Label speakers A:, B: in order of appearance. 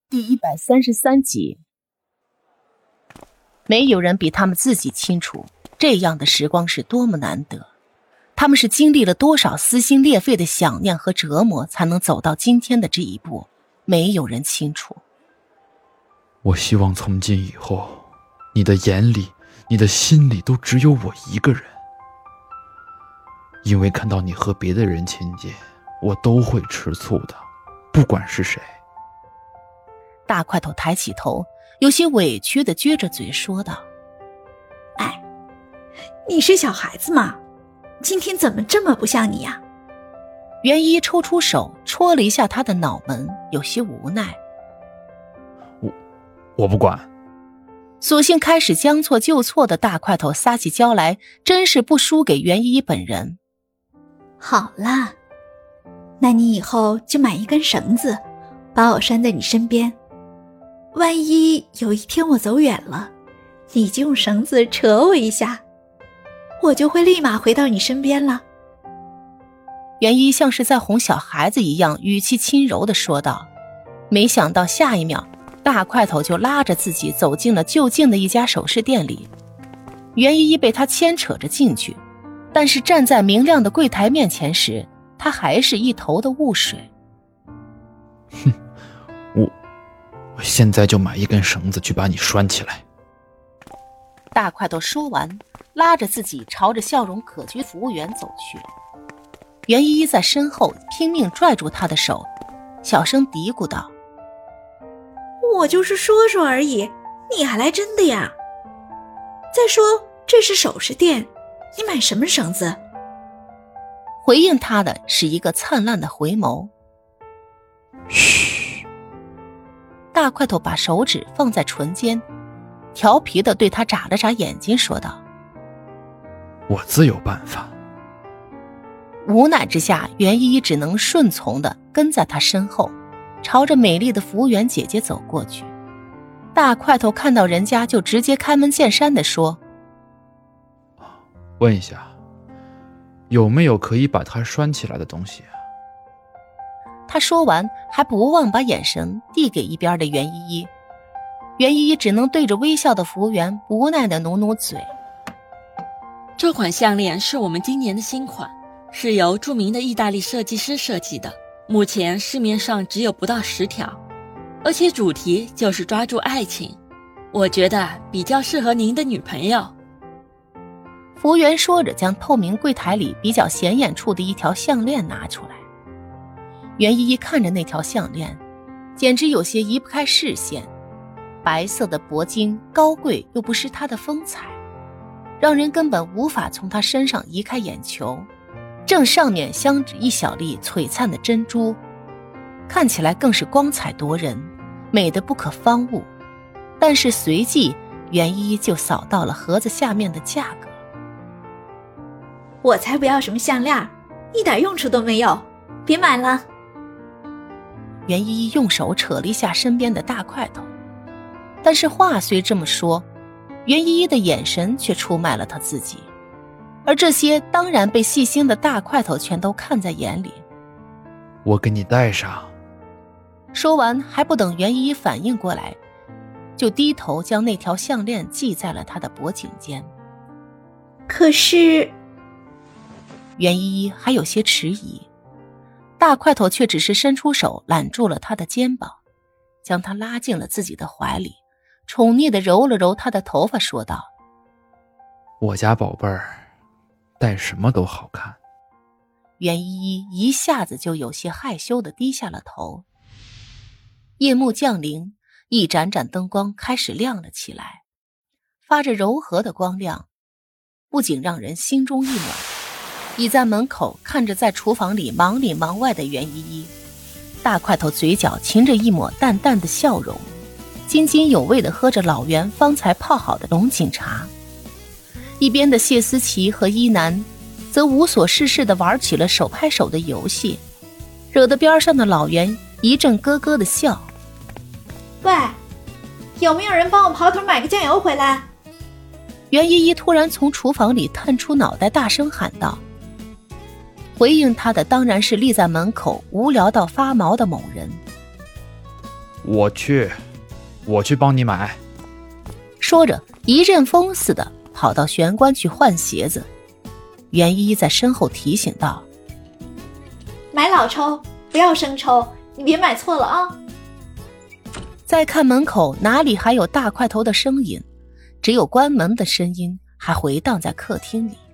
A: 第133集。没有人比他们自己清楚，这样的时光是多么难得。他们是经历了多少撕心裂肺的想念和折磨，才能走到今天的这一步，没有人清楚。
B: 我希望从今以后，你的眼里，你的心里都只有我一个人。因为看到你和别的人亲近，我都会吃醋的，不管是谁。
A: 大块头抬起头，有些委屈地撅着嘴说道：
C: 哎，你是小孩子吗？今天怎么这么不像你呀？
A: 袁一抽出手戳了一下他的脑门，有些无奈。
B: 我不管。
A: 索性开始将错就错的大块头撒起娇来，真是不输给袁一本人。
C: 好啦，那你以后就买一根绳子，把我拴在你身边。万一有一天我走远了，你就用绳子扯我一下，我就会立马回到你身边了。
A: 袁一像是在哄小孩子一样，语气轻柔地说道。没想到下一秒，大块头就拉着自己走进了就近的一家首饰店里。袁依依被他牵扯着进去，但是站在明亮的柜台面前时，他还是一头的雾水。
B: 哼，我现在就买一根绳子去把你拴起来。
A: 大块头说完，拉着自己朝着笑容可掬服务员走去。袁依依在身后拼命拽住他的手，小声嘀咕道：
C: 我就是说说而已，你还来真的呀？再说这是首饰店，你买什么绳子？
A: 回应他的是一个灿烂的回眸。
B: 嘘。
A: 大块头把手指放在唇间，调皮地对他眨了眨眼睛说道：
B: 我自有办法。
A: 无奈之下，袁依依只能顺从地跟在他身后，朝着美丽的服务员姐姐走过去。大块头看到人家就直接开门见山地说：
B: 问一下，有没有可以把它拴起来的东西？
A: 他说完还不忘把眼神递给一边的袁依依。袁依依只能对着微笑的服务员无奈地努努嘴。
D: 这款项链是我们今年的新款，是由著名的意大利设计师设计的，目前市面上只有不到10条，而且主题就是抓住爱情，我觉得比较适合您的女朋友。
A: 服务员说着将透明柜台里比较显眼处的一条项链拿出来。袁依依看着那条项链，简直有些移不开视线。白色的铂金高贵又不失它的风采，让人根本无法从它身上移开眼球。正上面镶着一小粒璀璨的珍珠，看起来更是光彩夺人，美得不可方物。但是随即袁依依就扫到了盒子下面的价格。
C: 我才不要什么项链，一点用处都没有，别买了。
A: 袁依依用手扯了一下身边的大块头，但是话虽这么说，袁依依的眼神却出卖了她自己，而这些当然被细心的大块头全都看在眼里。
B: 我给你戴上。
A: 说完还不等袁依依反应过来，就低头将那条项链系在了她的脖颈间。
C: 可是
A: 袁依依还有些迟疑，大块头却只是伸出手揽住了她的肩膀，将她拉进了自己的怀里，宠溺地揉了揉她的头发说道：
B: 我家宝贝儿，戴什么都好看。
A: 袁依依一下子就有些害羞地低下了头。夜幕降临，一盏盏灯光开始亮了起来，发着柔和的光亮，不仅让人心中一暖。倚在门口看着在厨房里忙里忙外的袁依依，大块头嘴角噙着一抹淡淡的笑容，津津有味地喝着老袁方才泡好的龙井茶。一边的谢思琪和一楠则无所事事地玩起了手拍手的游戏，惹得边上的老袁一阵咯咯地笑。
C: 喂，有没有人帮我跑腿买个酱油回来？
A: 袁依依突然从厨房里探出脑袋大声喊道。回应他的当然是立在门口无聊到发毛的某人。
B: 我去帮你买。
A: 说着，一阵风似的跑到玄关去换鞋子。袁依依在身后提醒道：
C: 买老抽，不要生抽，你别买错了啊。
A: 再看门口哪里还有大块头的身影，只有关门的声音还回荡在客厅里。